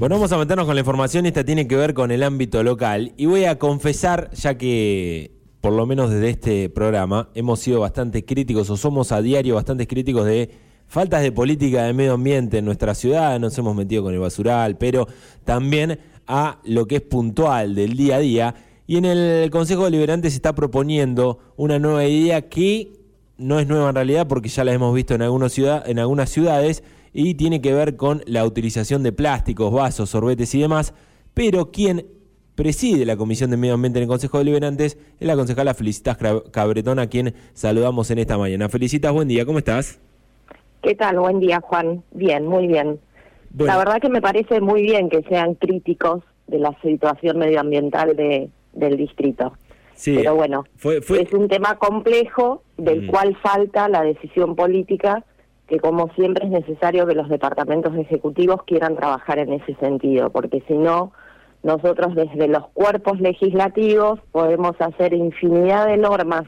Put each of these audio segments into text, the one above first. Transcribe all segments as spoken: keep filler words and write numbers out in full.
Bueno, vamos a meternos con la información y esta tiene que ver con el ámbito local. Y voy a confesar, ya que por lo menos desde este programa hemos sido bastante críticos o somos a diario bastante críticos de faltas de política de medio ambiente en nuestra ciudad. Nos hemos metido con el basural, pero también a lo que es puntual del día a día. Y en el Consejo Deliberante se está proponiendo una nueva idea que no es nueva en realidad porque ya la hemos visto en, algunos ciudad, en algunas ciudades, y tiene que ver con la utilización de plásticos, vasos, sorbetes y demás, pero quien preside la Comisión de Medio Ambiente en el Consejo de Deliberantes es la concejala Felicitas Cabretón, a quien saludamos en esta mañana. Felicitas, buen día, ¿cómo estás? ¿Qué tal? Buen día, Juan. Bien, muy bien. Bueno. La verdad que me parece muy bien que sean críticos de la situación medioambiental de, del distrito. Sí, pero bueno, fue, fue... es un tema complejo del mm. cual falta la decisión política, que como siempre es necesario que los departamentos ejecutivos quieran trabajar en ese sentido, porque si no, nosotros desde los cuerpos legislativos podemos hacer infinidad de normas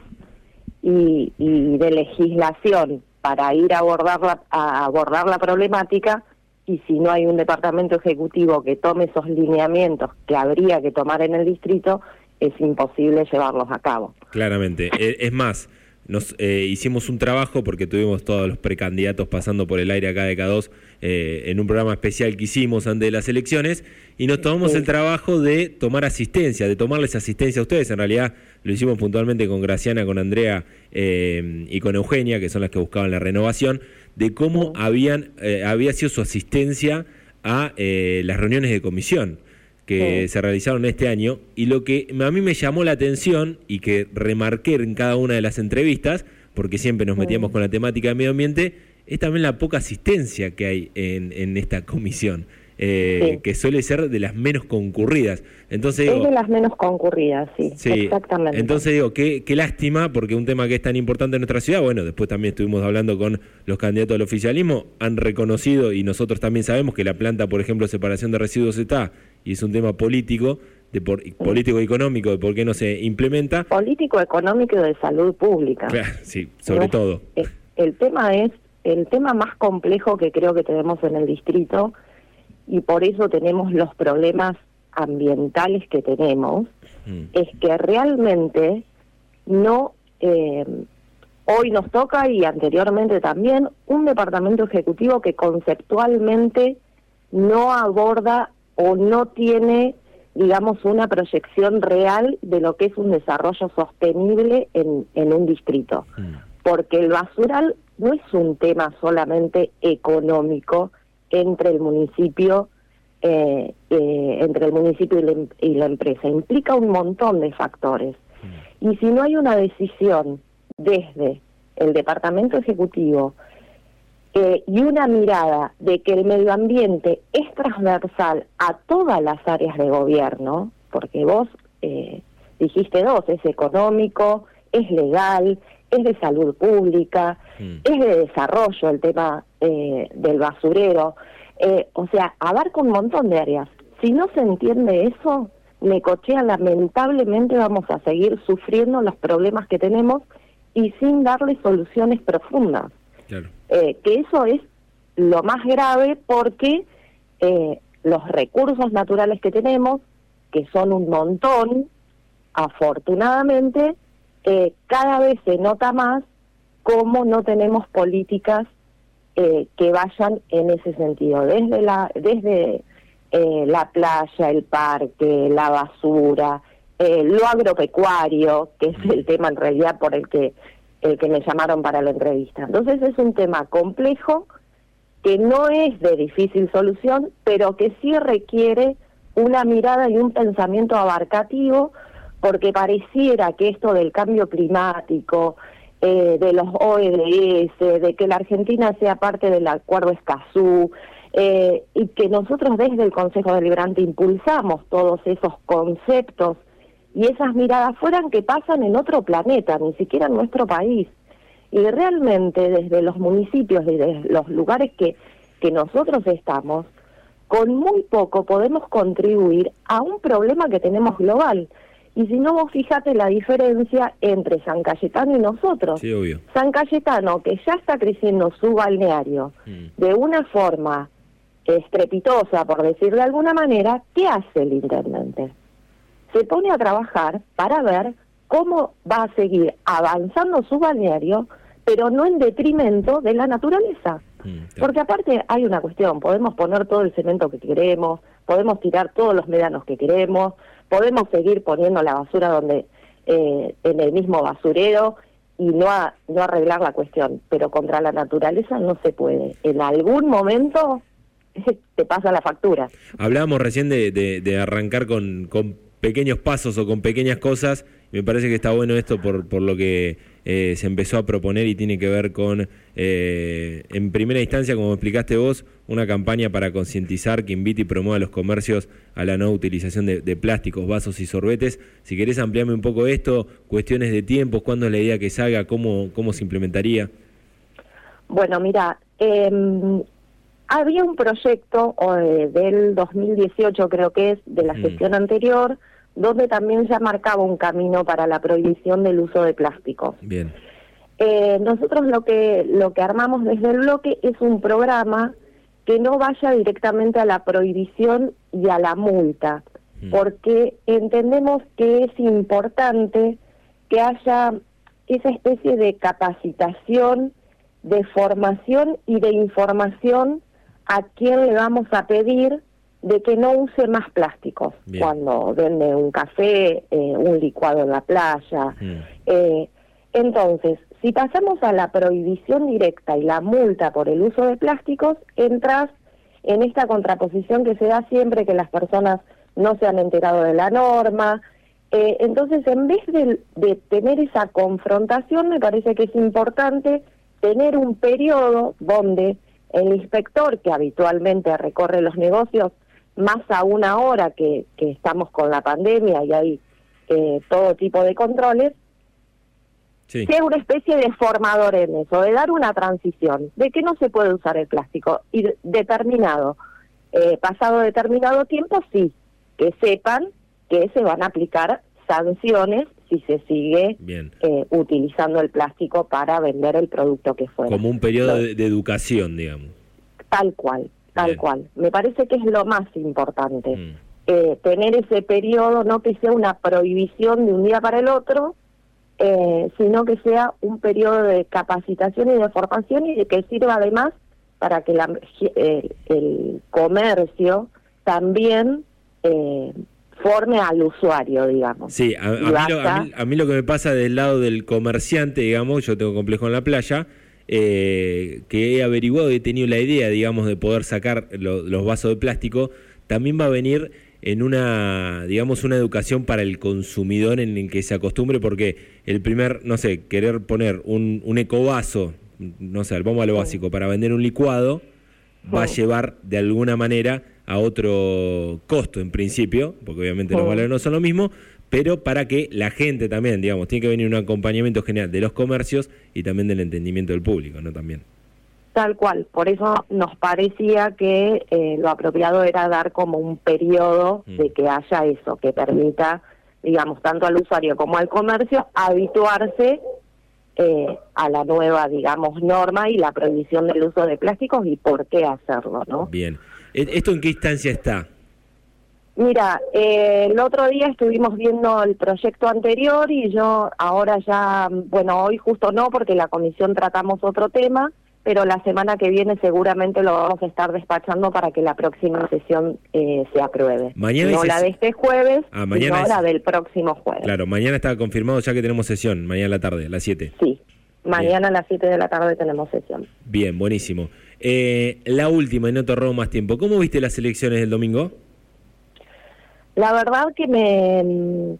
y, y de legislación para ir a abordar, la, a abordar la problemática, y si no hay un departamento ejecutivo que tome esos lineamientos que habría que tomar en el distrito, es imposible llevarlos a cabo. Claramente. Es más, nos eh, hicimos un trabajo porque tuvimos todos los precandidatos pasando por el aire acá de K dos eh, en un programa especial que hicimos antes de las elecciones, y nos tomamos sí. el trabajo de tomar asistencia, de tomarles asistencia a ustedes. En realidad lo hicimos puntualmente con Graciana, con Andrea eh, y con Eugenia, que son las que buscaban la renovación, de cómo habían eh, había sido su asistencia a eh, las reuniones de comisión que sí. se realizaron este año, y lo que a mí me llamó la atención y que remarqué en cada una de las entrevistas, porque siempre nos metíamos sí. con la temática de medio ambiente, es también la poca asistencia que hay en, en esta comisión, eh, sí. que suele ser de las menos concurridas. Entonces digo, es de las menos concurridas, sí, sí. exactamente. Entonces digo, qué, qué lástima, porque un tema que es tan importante en nuestra ciudad, bueno, después también estuvimos hablando con los candidatos del oficialismo, han reconocido, y nosotros también sabemos que la planta, por ejemplo, de separación de residuos está, y es un tema político, de por, sí. político y económico, de por qué no se implementa. Político, económico y de salud pública. Claro, sí, sobre ¿no? todo. El, el tema es, el tema más complejo que creo que tenemos en el distrito, y por eso tenemos los problemas ambientales que tenemos, mm. es que realmente no, eh, hoy nos toca, y anteriormente también, un departamento ejecutivo que conceptualmente no aborda o no tiene, digamos, una proyección real de lo que es un desarrollo sostenible en, en un distrito. Mm. Porque el basural no es un tema solamente económico entre el municipio eh, eh, entre el municipio y la, y la empresa, implica un montón de factores. Mm. Y si no hay una decisión desde el departamento ejecutivo eh, y una mirada de que el medio ambiente es transversal a todas las áreas de gobierno, porque vos eh, dijiste dos, es económico, es legal, es de salud pública, mm. es de desarrollo el tema eh, del basurero, eh, o sea, abarca un montón de áreas. Si no se entiende eso, Necochea lamentablemente vamos a seguir sufriendo los problemas que tenemos y sin darle soluciones profundas. Claro. Eh, que eso es lo más grave, porque eh, los recursos naturales que tenemos, que son un montón, afortunadamente, Eh, cada vez se nota más cómo no tenemos políticas eh, que vayan en ese sentido, desde la desde eh, la playa, el parque, la basura, eh, lo agropecuario, que es el tema en realidad por el que el que me llamaron para la entrevista. Entonces es un tema complejo que no es de difícil solución, pero que sí requiere una mirada y un pensamiento abarcativo, porque pareciera que esto del cambio climático, eh, de los O E D S, de que la Argentina sea parte del Acuerdo Escazú, eh, y que nosotros desde el Consejo Deliberante impulsamos todos esos conceptos y esas miradas fueran que pasan en otro planeta, ni siquiera en nuestro país. Y realmente desde los municipios y desde los lugares que, que nosotros estamos, con muy poco podemos contribuir a un problema que tenemos global. Y si no, vos fíjate la diferencia entre San Cayetano y nosotros. Sí, obvio. San Cayetano, que ya está creciendo su balneario mm. de una forma estrepitosa, por decir de alguna manera, ¿qué hace el intendente? Se pone a trabajar para ver cómo va a seguir avanzando su balneario, pero no en detrimento de la naturaleza. Porque aparte hay una cuestión, podemos poner todo el cemento que queremos, podemos tirar todos los médanos que queremos, podemos seguir poniendo la basura donde eh, en el mismo basurero y no, a, no arreglar la cuestión, pero contra la naturaleza no se puede. En algún momento te pasa la factura. Hablábamos recién de, de, de arrancar con, con pequeños pasos o con pequeñas cosas. Me parece que está bueno esto por, por lo que eh, se empezó a proponer y tiene que ver con, eh, en primera instancia, como explicaste vos, una campaña para concientizar que invite y promueva a los comercios a la no utilización de, de plásticos, vasos y sorbetes. Si querés ampliarme un poco esto, cuestiones de tiempos, cuándo es la idea que salga, cómo, cómo se implementaría. Bueno, mira, eh, había un proyecto eh, del dos mil dieciocho, creo que es, de la gestión mm. anterior, donde también ya marcaba un camino para la prohibición del uso de plásticos. Bien. Eh, nosotros lo que lo que armamos desde el bloque es un programa que no vaya directamente a la prohibición y a la multa, mm. porque entendemos que es importante que haya esa especie de capacitación, de formación y de información a quien le vamos a pedir de que no use más plásticos. Bien. Cuando vende un café, eh, un licuado en la playa. Mm. Eh, entonces, si pasamos a la prohibición directa y la multa por el uso de plásticos, entras en esta contraposición que se da siempre, que las personas no se han enterado de la norma. Eh, entonces, en vez de, de tener esa confrontación, me parece que es importante tener un periodo donde el inspector, que habitualmente recorre los negocios, más aún ahora que, que estamos con la pandemia y hay eh, todo tipo de controles, sí. sea una especie de formador en eso, de dar una transición, de que no se puede usar el plástico, y determinado, eh, pasado determinado tiempo, sí, que sepan que se van a aplicar sanciones si se sigue eh, utilizando el plástico para vender el producto que fuera. Como un periodo de, de educación, digamos. Tal cual. Tal Bien. cual. Me parece que es lo más importante. Mm. Eh, tener ese periodo, no que sea una prohibición de un día para el otro, eh, sino que sea un periodo de capacitación y de formación y de que sirva además para que la, eh, el comercio también eh, forme al usuario, digamos. Sí, a, a, mí lo, a, mí, a mí lo que me pasa del lado del comerciante, digamos, yo tengo complejo en la playa, Eh, que he averiguado y he tenido la idea, digamos, de poder sacar lo, los vasos de plástico, también va a venir en una, digamos, una educación para el consumidor en el que se acostumbre, porque el primer, no sé, querer poner un, un ecovaso, no sé, vamos a lo básico, para vender un licuado, va a llevar de alguna manera a otro costo en principio, porque obviamente los valores no son lo mismo, pero para que la gente también, digamos, tiene que venir un acompañamiento general de los comercios y también del entendimiento del público, ¿no? También. Tal cual, por eso nos parecía que eh, lo apropiado era dar como un periodo mm. de que haya eso, que permita, digamos, tanto al usuario como al comercio habituarse eh, a la nueva, digamos, norma y la prohibición del uso de plásticos y por qué hacerlo, ¿no? Bien. ¿Esto en qué instancia está? Mira, eh, el otro día estuvimos viendo el proyecto anterior y yo ahora ya, bueno, hoy justo no porque la comisión tratamos otro tema, pero la semana que viene seguramente lo vamos a estar despachando para que la próxima sesión eh, se apruebe. Mañana no es... la de este jueves, ah, mañana sino es... la del próximo jueves. Claro, mañana está confirmado ya que tenemos sesión, mañana a la tarde, a las siete. Sí, mañana Bien. a las siete de la tarde tenemos sesión. Bien, buenísimo. Eh, la última, y no te robo más tiempo, ¿cómo viste las elecciones del domingo? La verdad que me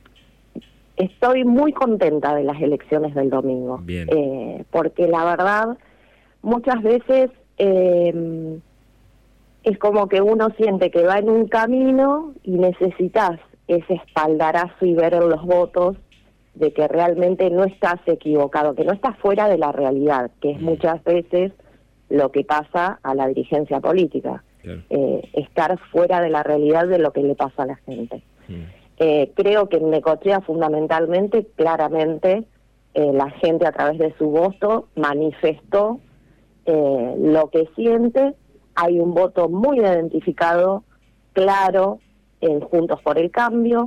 estoy muy contenta de las elecciones del domingo. Bien. Eh, porque la verdad, muchas veces eh, es como que uno siente que va en un camino y necesitas ese espaldarazo y ver en los votos de que realmente no estás equivocado, que no estás fuera de la realidad, que es muchas veces lo que pasa a la dirigencia política. Claro. Eh, estar fuera de la realidad de lo que le pasa a la gente. Sí. Eh, creo que en Necochea fundamentalmente, claramente, eh, la gente a través de su voto manifestó eh, lo que siente hay un voto muy identificado, claro, en Juntos por el Cambio.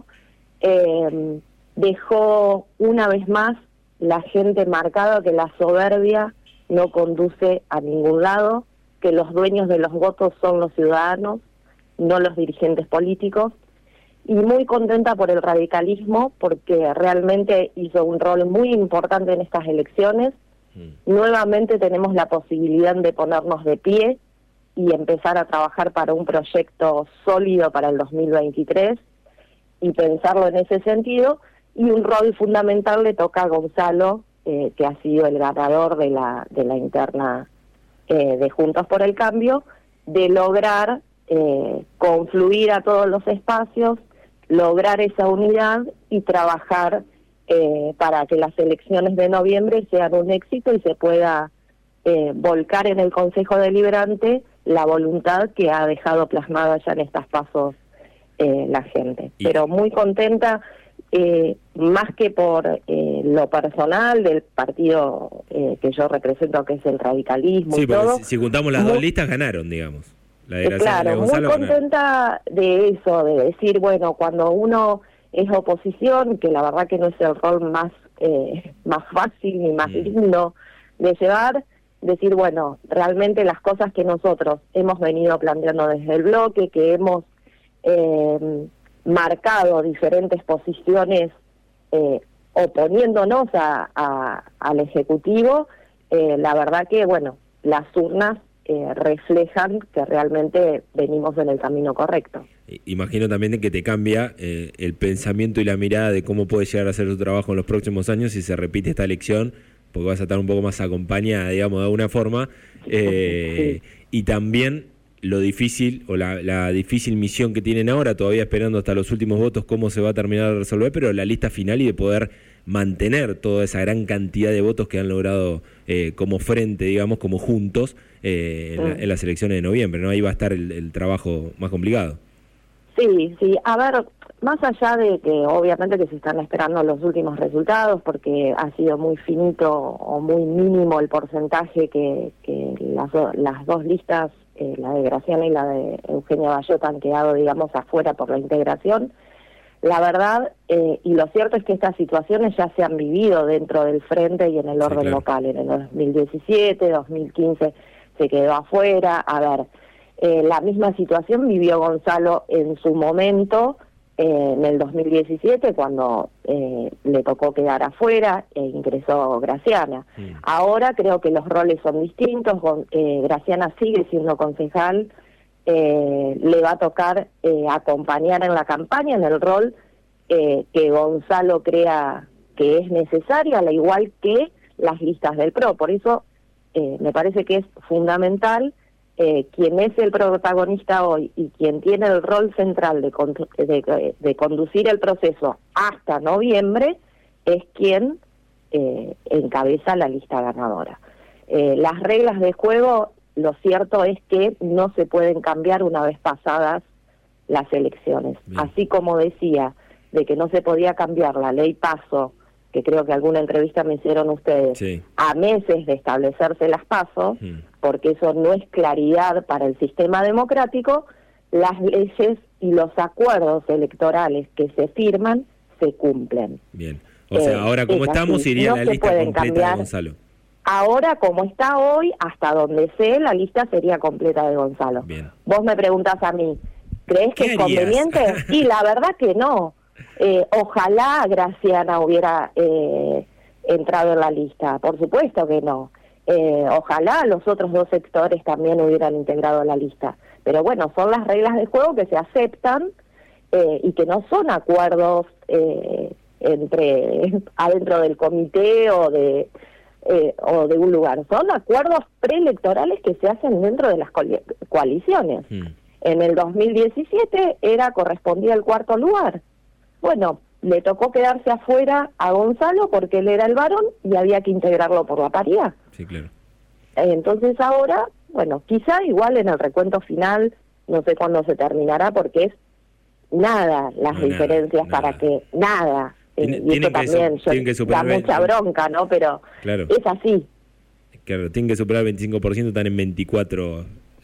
Eh, dejó una vez más la gente marcada que la soberbia no conduce a ningún lado, que los dueños de los votos son los ciudadanos, no los dirigentes políticos, y muy contenta por el radicalismo, porque realmente hizo un rol muy importante en estas elecciones. Mm. Nuevamente tenemos la posibilidad de ponernos de pie y empezar a trabajar para un proyecto sólido para el dos mil veintitrés, y pensarlo en ese sentido, y un rol fundamental le toca a Gonzalo, eh, que ha sido el ganador de la, de la interna eh, de Juntos por el Cambio, de lograr eh, confluir a todos los espacios, lograr esa unidad y trabajar eh, para que las elecciones de noviembre sean un éxito y se pueda eh, volcar en el Consejo Deliberante la voluntad que ha dejado plasmada ya en estas pasos eh, la gente. Y... Pero muy contenta, eh, más que por eh, lo personal del partido eh, que yo represento, que es el radicalismo. Sí, y todo. Si, si juntamos las muy... dos listas, ganaron, digamos. La de claro, de muy contenta de eso, de decir, bueno, cuando uno es oposición, que la verdad que no es el rol más eh, más fácil ni más mm. lindo de llevar, decir, bueno, realmente las cosas que nosotros hemos venido planteando desde el bloque, que hemos eh, marcado diferentes posiciones eh, oponiéndonos a, a, al Ejecutivo, eh, la verdad que, bueno, las urnas Eh, reflejan que realmente venimos en el camino correcto. Imagino también que te cambia eh, el pensamiento y la mirada de cómo puede llegar a hacer tu trabajo en los próximos años si se repite esta elección, porque vas a estar un poco más acompañada, digamos, de alguna forma, eh, sí. Y también lo difícil, o la, la difícil misión que tienen ahora, todavía esperando hasta los últimos votos cómo se va a terminar de resolver, pero la lista final y de poder mantener toda esa gran cantidad de votos que han logrado eh, como frente, digamos, como juntos, eh, en, la, en las elecciones de noviembre, ¿no? Ahí va a estar el, el trabajo más complicado. Sí, sí. A ver, más allá de que obviamente que se están esperando los últimos resultados, porque ha sido muy finito o muy mínimo el porcentaje que, que las, do, las dos listas, eh, la de Graciana y la de Eugenia Bayota, han quedado, digamos, afuera por la integración. La verdad, eh, y lo cierto es que estas situaciones ya se han vivido dentro del frente y en el orden sí, claro. local. En el dos mil diecisiete, dos mil quince se quedó afuera. A ver, eh, la misma situación vivió Gonzalo en su momento, eh, en el dos mil diecisiete, cuando eh, le tocó quedar afuera e ingresó Graciana. Sí. Ahora creo que los roles son distintos. eh, Graciana sigue siendo concejal. Eh, le va a tocar eh, acompañar en la campaña en el rol eh, que Gonzalo crea que es necesario, al igual que las listas del P R O. Por eso eh, me parece que es fundamental eh, quien es el protagonista hoy y quien tiene el rol central de, de, de conducir el proceso hasta noviembre es quien eh, encabeza la lista ganadora. Eh, las reglas de juego, lo cierto es que no se pueden cambiar una vez pasadas las elecciones. Bien. Así como decía de que no se podía cambiar la ley PASO, que creo que alguna entrevista me hicieron ustedes, sí. a meses de establecerse las PASO, mm. porque eso no es claridad para el sistema democrático, las leyes y los acuerdos electorales que se firman se cumplen. Bien. O sea, eh, ahora como estamos así. iría no la lista completa cambiar. de Gonzalo. Ahora, como está hoy, hasta donde sé, la lista sería completa de Gonzalo. Bien. Vos me preguntás a mí, ¿crees que es conveniente? Y la verdad que no. Eh, ojalá Graciana hubiera eh, entrado en la lista. Por supuesto que no. Eh, ojalá los otros dos sectores también hubieran integrado la lista. Pero bueno, son las reglas de juego que se aceptan eh, y que no son acuerdos eh, entre adentro del comité o de... Eh, o de un lugar, son acuerdos preelectorales que se hacen dentro de las coaliciones. Mm. En el dos mil diecisiete era correspondía al cuarto lugar. Bueno, le tocó quedarse afuera a Gonzalo porque él era el varón y había que integrarlo por la paridad. Sí, claro. Eh, entonces ahora, bueno, quizá igual en el recuento final, no sé cuándo se terminará porque es nada las no, diferencias nada, para nada. que nada. Tiene, y eso también su, que da mucha bronca, ¿no? Pero claro. es así. Claro, tienen que superar el veinticinco por ciento, están en veinticuatro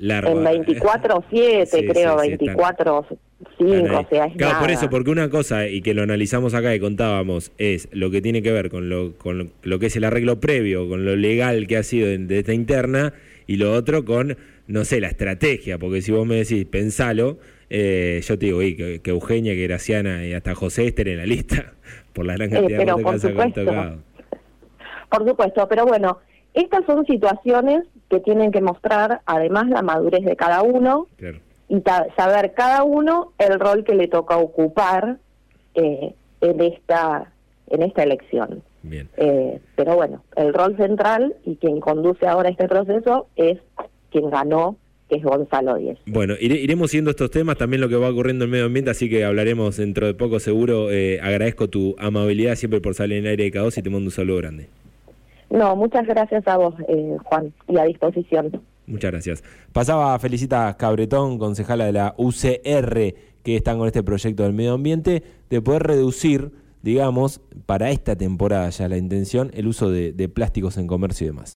largo. En veinticuatro siete, sí, creo, sí, sí, veinticuatro cinco, o sea, es claro, nada. por eso, porque una cosa, y que lo analizamos acá y contábamos, es lo que tiene que ver con lo, con lo que es el arreglo previo, con lo legal que ha sido de, de esta interna, y lo otro con, no sé, la estrategia, porque si vos me decís, pensalo, eh, yo te digo, y que, que Eugenia, que Graciana y hasta José estén en la lista, por la gran cantidad eh, de votos que han tocado. Por supuesto, pero bueno, estas son situaciones que tienen que mostrar además la madurez de cada uno, claro, y ta- saber cada uno el rol que le toca ocupar eh, en esta en esta elección. Bien. Eh, pero bueno, el rol central y quien conduce ahora este proceso es quien ganó, que es Gonzalo Díez. Bueno, ire, iremos siguiendo estos temas, también lo que va ocurriendo en medio ambiente, así que hablaremos dentro de poco seguro. Eh, agradezco tu amabilidad siempre por salir en el aire de K dos y te mando un saludo grande. No, muchas gracias a vos, eh, Juan, y a disposición. Muchas gracias. Pasaba Felicitas Cabretón, concejala de la U C R, que están con este proyecto del medio ambiente, de poder reducir, digamos, para esta temporada ya la intención, el uso de, de plásticos en comercio y demás.